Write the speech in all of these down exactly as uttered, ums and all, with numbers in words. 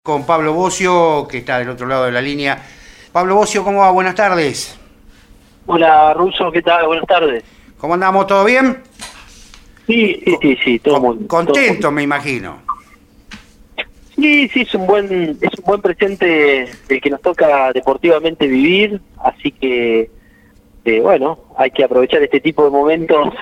Con Pablo Bocio, que está del otro lado de la línea. Pablo Bocio, ¿cómo va? Buenas tardes. Hola, Russo, ¿qué tal? Buenas tardes. ¿Cómo andamos? ¿Todo bien? Sí, sí, sí, sí, todo Con, muy bien. contento, Todo muy me imagino. bien. Sí, sí, es un buen, es un buen presente el que nos toca deportivamente vivir, así que, eh, bueno, hay que aprovechar este tipo de momentos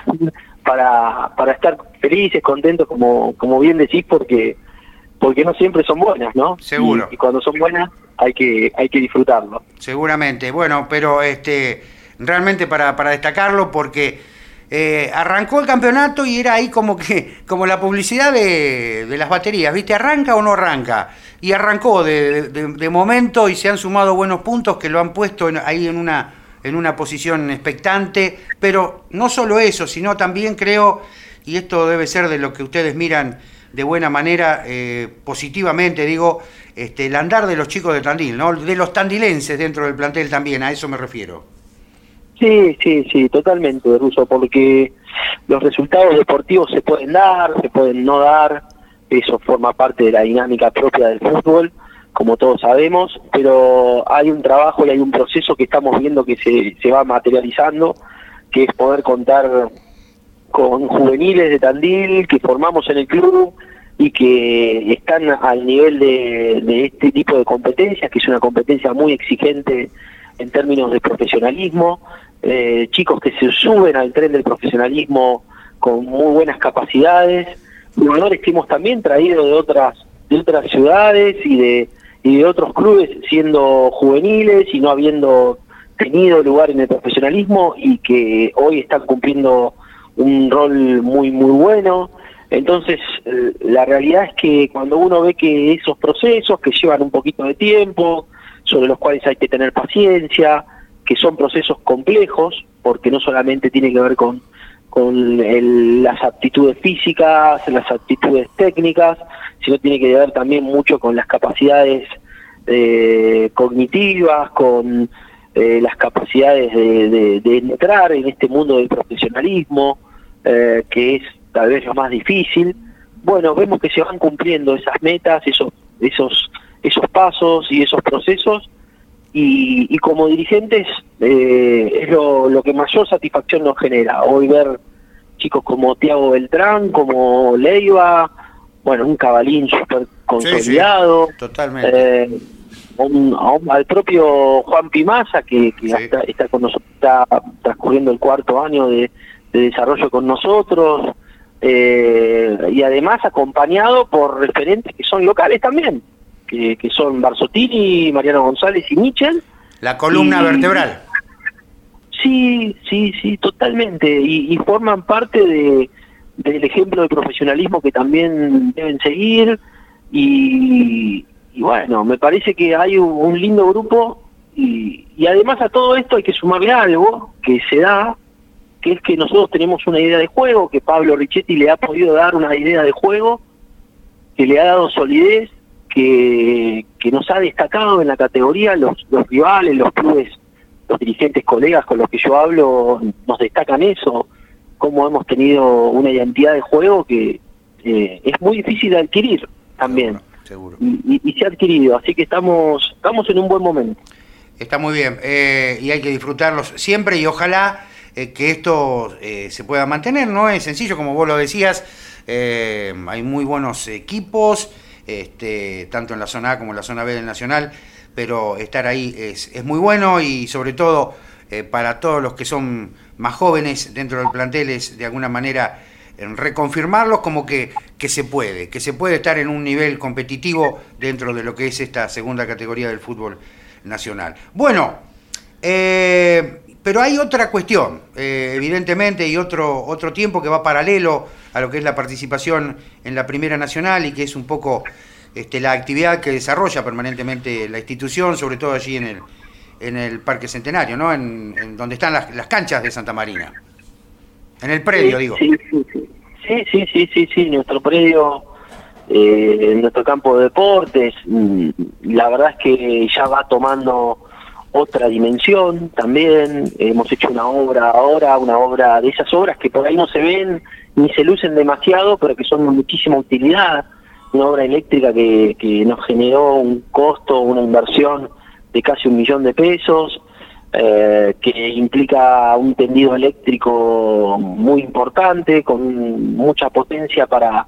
para, para estar felices, contentos, como, como bien decís, porque, porque no siempre son buenas, ¿no? Y, Seguro. y cuando son buenas hay que, hay que disfrutarlo. Seguramente. Bueno, pero este, realmente para, para destacarlo, porque eh, arrancó el campeonato y era ahí como que, como la publicidad de, de las baterías, ¿viste? ¿Arranca o no arranca? Y arrancó de, de, de momento y se han sumado buenos puntos que lo han puesto en- ahí en una, en una posición expectante. Pero no solo eso, sino también creo, y esto debe ser de lo que ustedes miran de buena manera, eh, positivamente, digo, este, el andar de los chicos de Tandil, ¿no? De los tandilenses dentro del plantel también, a eso me refiero. Sí, sí, sí, totalmente, Russo, porque los resultados deportivos se pueden dar, se pueden no dar, eso forma parte de la dinámica propia del fútbol, como todos sabemos, pero hay un trabajo y hay un proceso que estamos viendo que se, se va materializando, que es poder contar con juveniles de Tandil que formamos en el club y que están al nivel de, de este tipo de competencias, que es una competencia muy exigente en términos de profesionalismo, eh, chicos que se suben al tren del profesionalismo con muy buenas capacidades, jugadores que hemos también traído de otras de otras ciudades y de y de otros clubes siendo juveniles y no habiendo tenido lugar en el profesionalismo y que hoy están cumpliendo un rol muy muy bueno. Entonces, eh, la realidad es que cuando uno ve que esos procesos que llevan un poquito de tiempo, sobre los cuales hay que tener paciencia, que son procesos complejos, porque no solamente tiene que ver con, con el, las aptitudes físicas, las aptitudes técnicas, sino tiene que ver también mucho con las capacidades eh, cognitivas, con eh, las capacidades de, de, de entrar en este mundo del profesionalismo, eh, que es tal vez lo más difícil. Bueno, vemos que se van cumpliendo esas metas, esos esos esos pasos y esos procesos, y, y como dirigentes eh, es lo, lo que mayor satisfacción nos genera. Hoy ver chicos como Tiago Beltrán, como Leiva, bueno, un Cabalín súper consolidado, Sí, sí, totalmente. eh, un, a un- al propio Juan Pimasa, que, que Sí. está, está con nosotros, está transcurriendo el cuarto año de, de desarrollo con nosotros, eh, y además acompañado por referentes que son locales también, que, que son Barzottini, Mariano González y Michel. La columna Y vertebral. sí, sí, sí, totalmente, y, y forman parte de del ejemplo de profesionalismo que también deben seguir, y, y bueno, me parece que hay un, un lindo grupo, y, y además a todo esto hay que sumarle algo que se da, que es que nosotros tenemos una idea de juego, que Pablo Richetti le ha podido dar una idea de juego, que le ha dado solidez, que, que nos ha destacado en la categoría, los, los rivales, los clubes, los dirigentes, colegas con los que yo hablo, nos destacan eso, cómo hemos tenido una identidad de juego que eh, es muy difícil de adquirir también, Seguro, seguro. y, y, y se ha adquirido, así que estamos, estamos en un buen momento. Está muy bien, eh, y hay que disfrutarlos siempre y ojalá eh, que esto eh, se pueda mantener. No es sencillo, como vos lo decías, eh, hay muy buenos equipos, este, tanto en la zona A como en la zona B del Nacional, pero estar ahí es, es muy bueno, y sobre todo eh, para todos los que son más jóvenes dentro del plantel es de alguna manera en reconfirmarlos como que, que se puede, que se puede estar en un nivel competitivo dentro de lo que es esta segunda categoría del fútbol nacional. Bueno, eh, pero hay otra cuestión, eh, evidentemente, y otro, otro tiempo que va paralelo a lo que es la participación en la Primera Nacional, y que es un poco este, la actividad que desarrolla permanentemente la institución, sobre todo allí en el, en el Parque Centenario, ¿no? En, en donde están las, las canchas de Santa Marina. En el predio, Sí, digo. sí, sí, sí, sí, sí, sí, sí, sí, nuestro predio, eh, nuestro campo de deportes, mm, la verdad es que ya va tomando otra dimensión también. Hemos hecho una obra ahora, una obra de esas obras que por ahí no se ven ni se lucen demasiado, pero que son de muchísima utilidad, una obra eléctrica que, que nos generó un costo, una inversión de casi un millón de pesos, eh, que implica un tendido eléctrico muy importante, con mucha potencia para,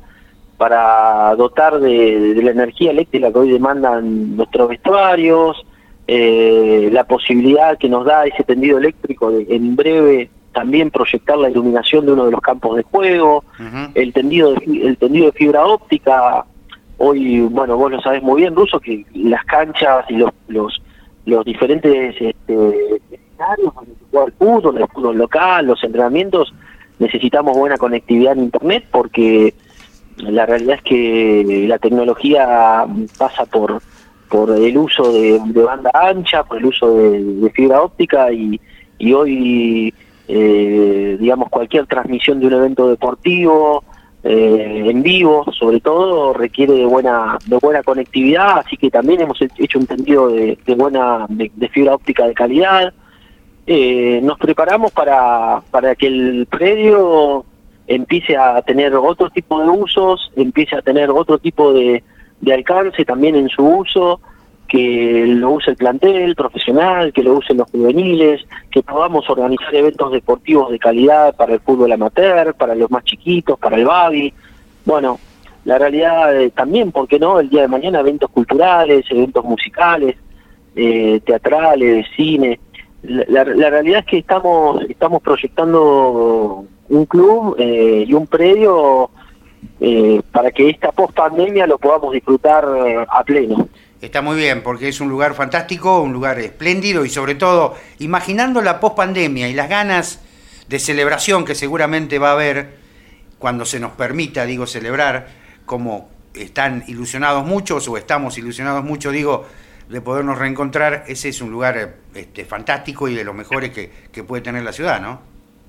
para dotar de, de la energía eléctrica que hoy demandan nuestros vestuarios, eh, la posibilidad que nos da ese tendido eléctrico de en breve también proyectar la iluminación de uno de los campos de juego, uh-huh. el tendido de, el tendido de fibra óptica. Hoy, bueno, vos lo sabés muy bien, Ruso, que las canchas y los los, los diferentes este, escenarios donde se juega el fútbol, el fútbol local, los entrenamientos, necesitamos buena conectividad en internet, porque la realidad es que la tecnología pasa por por el uso de, de banda ancha, por el uso de, de fibra óptica, y, y hoy, eh, digamos, cualquier transmisión de un evento deportivo, eh, en vivo, sobre todo, requiere de buena de buena conectividad, así que también hemos hecho un tendido de, de buena de, de fibra óptica de calidad. Eh, nos preparamos para, para que el predio empiece a tener otro tipo de usos, empiece a tener otro tipo de de alcance también en su uso, que lo use el plantel profesional, que lo usen los juveniles, que podamos organizar eventos deportivos de calidad para el fútbol amateur, para los más chiquitos, para el baby. Bueno, la realidad eh, también, ¿por qué no? El día de mañana eventos culturales, eventos musicales, eh, teatrales, cine. La, la, la realidad es que estamos estamos proyectando un club eh, y un predio Eh, para que esta post-pandemia lo podamos disfrutar eh, a pleno. Está muy bien, porque es un lugar fantástico, un lugar espléndido, y sobre todo, imaginando la post-pandemia y las ganas de celebración que seguramente va a haber cuando se nos permita, digo, celebrar, como están ilusionados muchos, o estamos ilusionados muchos, digo, de podernos reencontrar. Ese es un lugar este, fantástico y de los mejores que, que puede tener la ciudad, ¿no?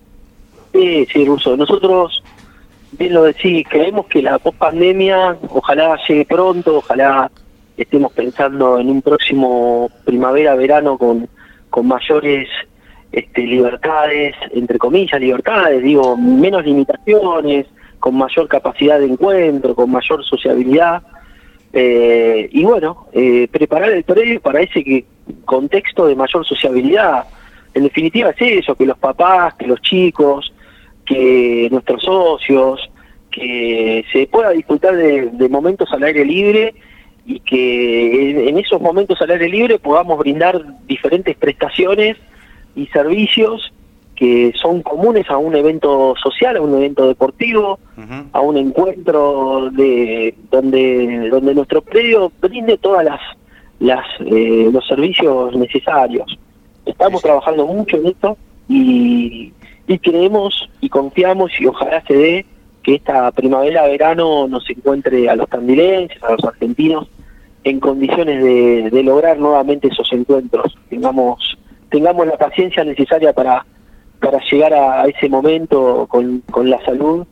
Sí, sí, Ruso. Nosotros, bien lo decís, creemos que la post-pandemia ojalá llegue pronto, ojalá estemos pensando en un próximo primavera-verano con, con mayores este, libertades, entre comillas, libertades, digo, menos limitaciones, con mayor capacidad de encuentro, con mayor sociabilidad, eh, y bueno, eh, preparar el predio para ese que, contexto de mayor sociabilidad. En definitiva es eso, que los papás, que los chicos, que nuestros socios, que se pueda disfrutar de, de momentos al aire libre, y que en, en esos momentos al aire libre podamos brindar diferentes prestaciones y servicios que son comunes a un evento social, a un evento deportivo, uh-huh. a un encuentro de donde donde nuestro predio brinde todas las las eh, los servicios necesarios. Estamos sí. trabajando mucho en esto, y y creemos y confiamos, y ojalá se dé, que esta primavera-verano nos encuentre a los tandilenses, a los argentinos, en condiciones de, de lograr nuevamente esos encuentros. Tengamos tengamos la paciencia necesaria para para llegar a ese momento con, con la salud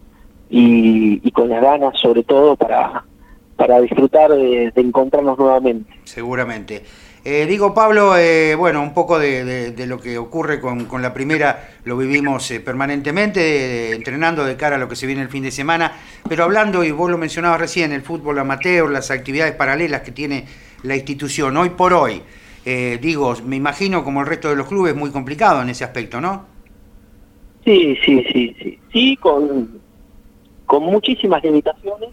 y, y con las ganas, sobre todo, para, para disfrutar de, de encontrarnos nuevamente. Seguramente. Eh, digo, Pablo, eh, bueno, un poco de, de, de lo que ocurre con, con la primera lo vivimos eh, permanentemente, eh, entrenando de cara a lo que se viene el fin de semana, pero hablando, y vos lo mencionabas recién, el fútbol amateur, las actividades paralelas que tiene la institución hoy por hoy, eh, digo, me imagino, como el resto de los clubes, muy complicado en ese aspecto, ¿no? Sí, sí, sí, sí, sí, con, con muchísimas limitaciones,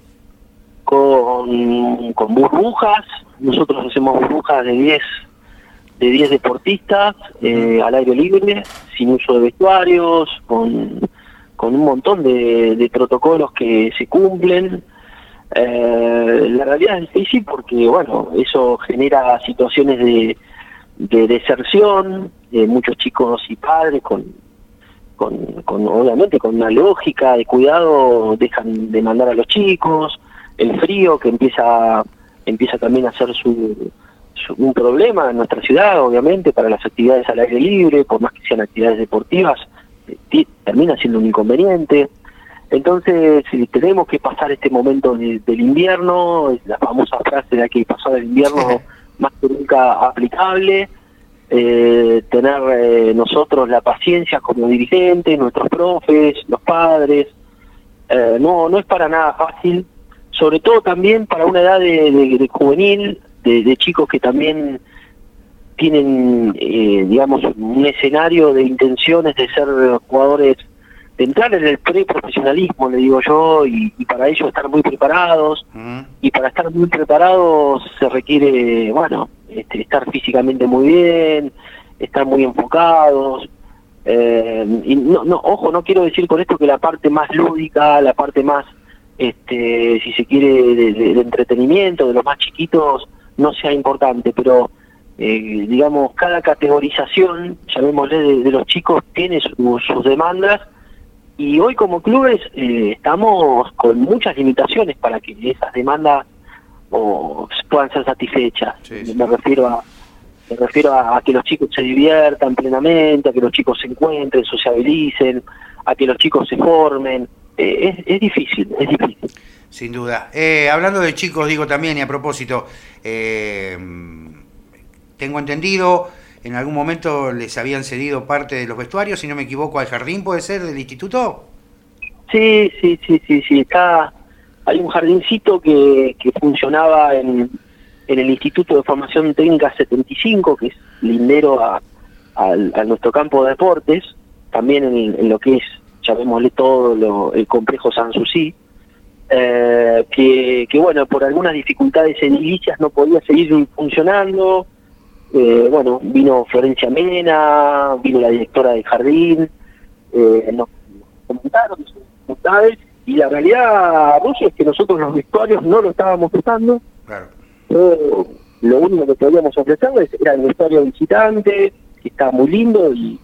con, con burbujas. Nosotros hacemos burbujas de diez de diez deportistas eh, al aire libre, sin uso de vestuarios, con, con un montón de, de protocolos que se cumplen. Eh, la realidad es difícil porque, bueno, eso genera situaciones de, de deserción, de muchos chicos y padres con, con, con, obviamente, con una lógica de cuidado, dejan de mandar a los chicos, el frío que empieza empieza también a ser su, su, un problema en nuestra ciudad, obviamente, para las actividades al aire libre, por más que sean actividades deportivas, eh, termina siendo un inconveniente. Entonces, si tenemos que pasar este momento de, del invierno, la famosa frase de que pasar el invierno más que nunca aplicable, eh, tener eh, nosotros la paciencia como dirigentes, nuestros profes, los padres, eh, no, no es para nada fácil. sobre todo también para una edad de, de, de juvenil, de, de chicos que también tienen, eh, digamos, un escenario de intenciones de ser jugadores, de entrar en el preprofesionalismo, le digo yo, y, y para ello estar muy preparados, uh-huh. y para estar muy preparados se requiere, bueno, este, estar físicamente muy bien, estar muy enfocados, eh, y no, no, ojo, no quiero decir con esto que la parte más lúdica, la parte más, este, si se quiere, de, de, de entretenimiento, de los más chiquitos, no sea importante, pero Eh, digamos, cada categorización, llamémosle, de, de los chicos tiene su, sus demandas, y hoy como clubes eh, estamos con muchas limitaciones para que esas demandas o, puedan ser satisfechas. Sí, sí. Me refiero a me refiero a, a que los chicos se diviertan plenamente, a que los chicos se encuentren, sociabilicen, a que los chicos se formen. Eh, es, es difícil, es difícil. Sin duda. Eh, hablando de chicos, digo también, y a propósito, eh, tengo entendido, en algún momento les habían cedido parte de los vestuarios, si no me equivoco, al jardín, ¿puede ser, del instituto? Sí, sí, sí, sí, sí. Está, hay un jardincito que, que funcionaba en, en el Instituto de Formación Técnica setenta y cinco, que es lindero a, a, a nuestro campo de deportes, también en, en lo que es, llamémosle todo, lo, el complejo Sanssouci, eh, que, que bueno, por algunas dificultades edilicias no podía seguir funcionando. Eh, bueno, vino Florencia Mena, vino la directora del jardín, eh, nos comentaron sus dificultades, y la realidad, Russo, es que nosotros los vestuarios no lo estábamos usando. Claro. Eh, lo único que podíamos ofrecerles era el vestuario visitante, que está muy lindo, y,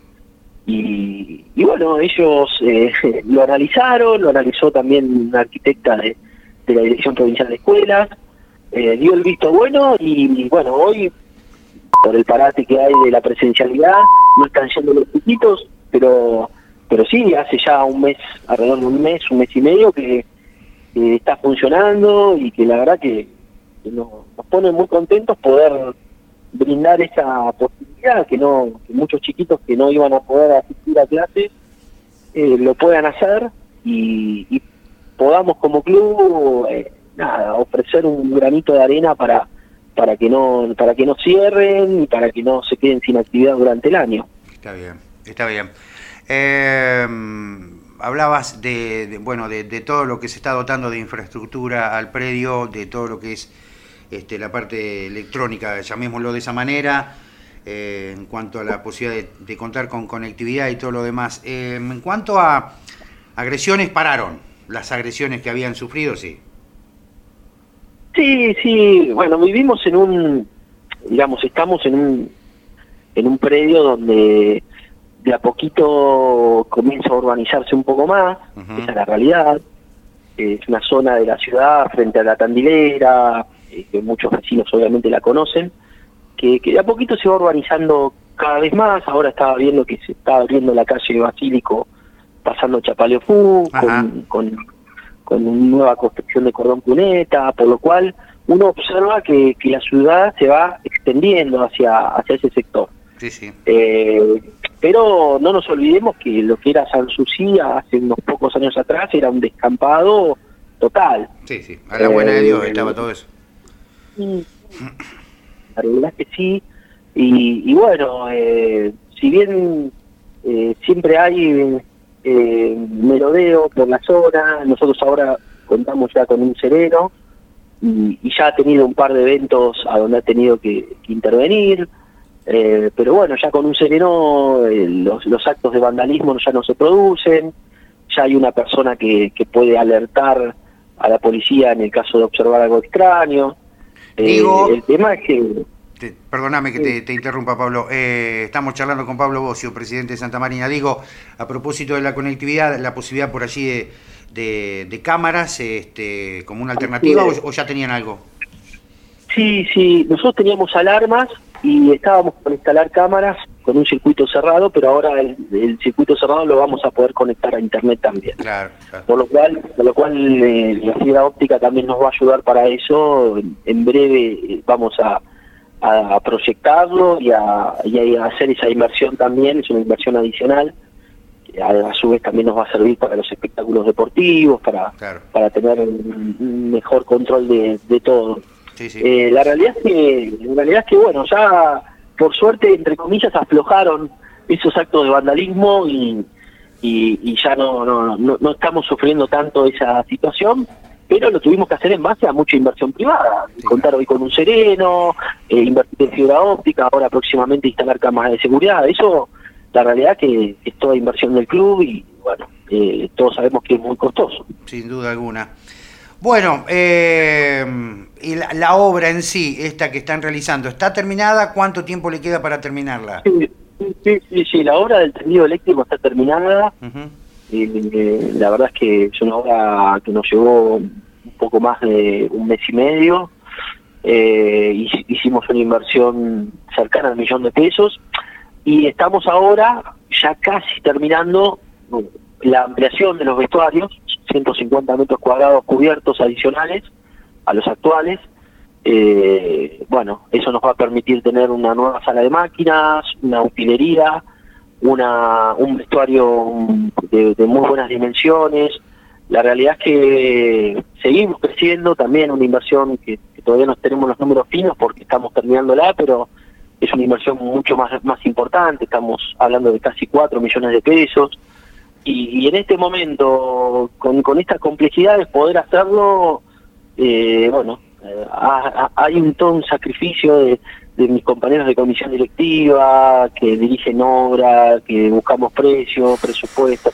y, y bueno, ellos eh, lo analizaron, lo analizó también una arquitecta de, de la Dirección Provincial de Escuelas, eh, dio el visto bueno, y, y bueno, hoy, por el parate que hay de la presencialidad, no están yendo los chiquitos, pero pero sí, hace ya un mes, alrededor de un mes, un mes y medio, que, que está funcionando, y que la verdad que, que nos, nos pone muy contentos poder brindar esa posibilidad, que no que muchos chiquitos que no iban a poder asistir a clases eh, lo puedan hacer, y, y podamos como club eh, nada ofrecer un granito de arena para para que no para que no cierren y para que no se queden sin actividad durante el año. Está bien, está bien. Eh, hablabas de, de bueno de, de todo lo que se está dotando de infraestructura al predio, de todo lo que es este, la parte electrónica, llamémoslo de esa manera, eh, en cuanto a la posibilidad de, de contar con conectividad y todo lo demás. Eh, en cuanto a agresiones, pararon las agresiones que habían sufrido, sí. Sí, sí, bueno, vivimos en un, digamos, estamos en un en un predio donde de a poquito comienza a urbanizarse un poco más, uh-huh. Esa es la realidad. Es una zona de la ciudad frente a la Tandilera, eh, que muchos vecinos obviamente la conocen, que, que de a poquito se va urbanizando cada vez más. Ahora estaba viendo que se está abriendo la calle Basílico pasando Chapaleofú, con, con con una nueva construcción de cordón cuneta, por lo cual uno observa que, que la ciudad se va extendiendo hacia hacia ese sector. Sí, sí. Eh, pero no nos olvidemos que lo que era Sanssouci hace unos pocos años atrás era un descampado total. Sí, sí, a la buena eh, de Dios estaba todo eso. Y, la verdad es que sí, y, y bueno, eh, si bien eh, siempre hay Eh, merodeo por la zona, nosotros ahora contamos ya con un sereno, y, y ya ha tenido un par de eventos a donde ha tenido que, que intervenir, eh, pero bueno, ya con un sereno eh, los, los actos de vandalismo ya no se producen, ya hay una persona que, que puede alertar a la policía en el caso de observar algo extraño. Digo, eh, el tema es que... Te, perdóname que te, te interrumpa, Pablo. Eh, estamos charlando con Pablo Bocio, presidente de Santa Marina. Digo, a propósito de la conectividad, la posibilidad por allí de, de, de cámaras este, como una alternativa, sí. o, o ya tenían algo. Sí, sí, nosotros teníamos alarmas y estábamos por instalar cámaras con un circuito cerrado, pero ahora el, el circuito cerrado lo vamos a poder conectar a internet también. Claro, claro. Por lo cual, por lo cual eh, la fibra óptica también nos va a ayudar para eso. En, en breve eh, vamos a a proyectarlo y a, y a hacer esa inversión también, es una inversión adicional, a, a su vez también nos va a servir para los espectáculos deportivos, para, claro. para tener un, un mejor control de, de todo. Sí, sí. Eh, la realidad es que, la realidad es que bueno, ya por suerte, entre comillas, aflojaron esos actos de vandalismo y, y, y ya no, no, no, no estamos sufriendo tanto esa situación, pero lo tuvimos que hacer en base a mucha inversión privada. Sí. Contar hoy con un sereno, eh, invertir en fibra óptica, ahora próximamente instalar cámaras de seguridad. Eso, la realidad que es toda inversión del club y bueno, eh, todos sabemos que es muy costoso. Sin duda alguna. Bueno, eh, y la, la obra en sí, esta que están realizando, ¿está terminada? ¿Cuánto tiempo le queda para terminarla? Sí, sí, sí, sí, la obra del tendido eléctrico está terminada. Uh-huh. Eh, la verdad es que es una obra que nos llevó un poco más de un mes y medio. Eh, hicimos una inversión cercana al millón de pesos y estamos ahora ya casi terminando la ampliación de los vestuarios, ciento cincuenta metros cuadrados cubiertos adicionales a los actuales. Eh, bueno, eso nos va a permitir tener una nueva sala de máquinas, una utilería, una un vestuario de, de muy buenas dimensiones. La realidad es que seguimos creciendo, también una inversión que, que todavía no tenemos los números finos porque estamos terminándola, pero es una inversión mucho más, más importante, estamos hablando de casi cuatro millones de pesos. Y, y en este momento, con, con estas complejidades, poder hacerlo, eh, bueno, eh, ha, ha, hay un todo un sacrificio de, de mis compañeros de comisión directiva, que dirigen obra, que buscamos precios, presupuestos,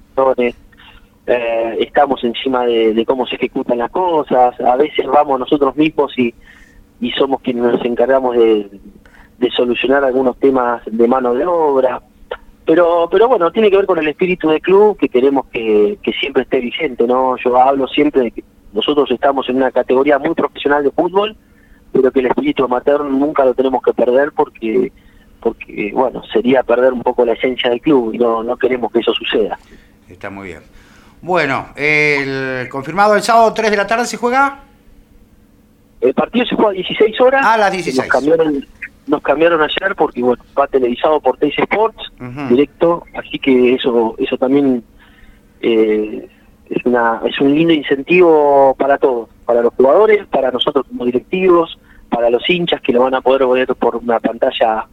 eh, estamos encima de, de cómo se ejecutan las cosas, a veces vamos nosotros mismos y, y somos quienes nos encargamos de, de solucionar algunos temas de mano de obra. Pero pero bueno, tiene que ver con el espíritu del club que queremos que, que siempre esté vigente, ¿no? Yo hablo siempre de que nosotros estamos en una categoría muy profesional de fútbol, pero que el espíritu amateur nunca lo tenemos que perder porque, porque bueno, sería perder un poco la esencia del club y no, no queremos que eso suceda. Está muy bien. Bueno, el confirmado el sábado tres de la tarde se juega. El partido se juega a dieciséis horas. Ah, a las dieciséis. Nos cambiaron, nos cambiaron ayer porque bueno, va televisado por Teis Sports, uh-huh. directo, así que eso eso también eh, es una es un lindo incentivo para todos, para los jugadores, para nosotros como directivos, para los hinchas que lo van a poder ver por una pantalla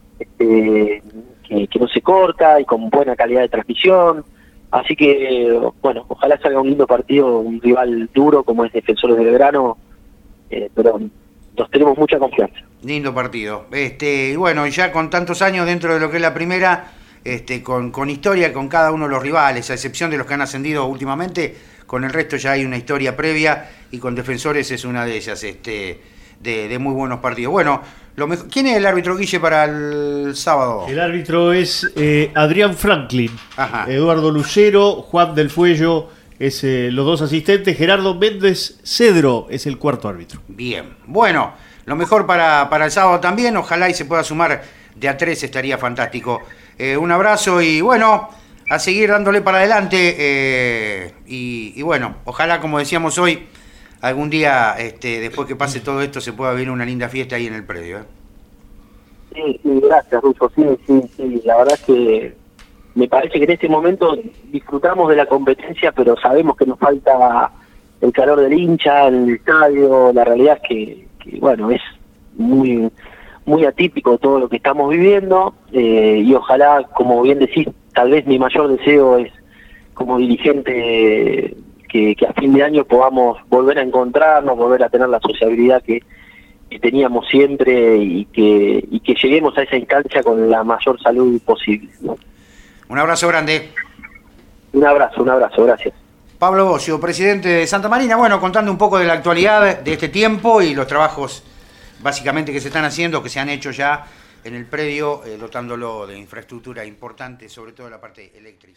este, que, que no se corta y con buena calidad de transmisión. Así que, bueno, ojalá salga un lindo partido, un rival duro como es Defensores de Belgrano, eh, pero nos tenemos mucha confianza. Lindo partido. Este, y bueno, ya con tantos años dentro de lo que es la primera, este, con, con historia con cada uno de los rivales, a excepción de los que han ascendido últimamente, con el resto ya hay una historia previa y con Defensores es una de ellas, este, de, de muy buenos partidos. Bueno, lo mejor, ¿quién es el árbitro, Guille, para el sábado? El árbitro es eh, Adrián Franklin, Ajá. Eduardo Lucero, Juan del Fuello, es eh, los dos asistentes, Gerardo Méndez Cedro es el cuarto árbitro. Bien, bueno, lo mejor para, para el sábado también, ojalá y se pueda sumar de a tres, estaría fantástico. Eh, un abrazo y bueno, a seguir dándole para adelante eh, y, y bueno, ojalá, como decíamos hoy, algún día, este, después que pase todo esto, se pueda venir una linda fiesta ahí en el predio. ¿eh? Sí, sí, gracias, Ruso, sí, sí, sí, la verdad es que me parece que en este momento disfrutamos de la competencia, pero sabemos que nos falta el calor del hincha en el estadio. La realidad es que, que bueno, es muy muy atípico todo lo que estamos viviendo eh, y ojalá, como bien decís, tal vez mi mayor deseo es como dirigente que, que a fin de año podamos volver a encontrarnos, volver a tener la sociabilidad que, que teníamos siempre y que, y que lleguemos a esa instancia con la mayor salud posible, ¿no? Un abrazo grande. Un abrazo, un abrazo, gracias. Pablo Bocio, presidente de Santa Marina, bueno, contando un poco de la actualidad de este tiempo y los trabajos básicamente que se están haciendo, que se han hecho ya en el predio, eh, dotándolo de infraestructura importante, sobre todo la parte eléctrica.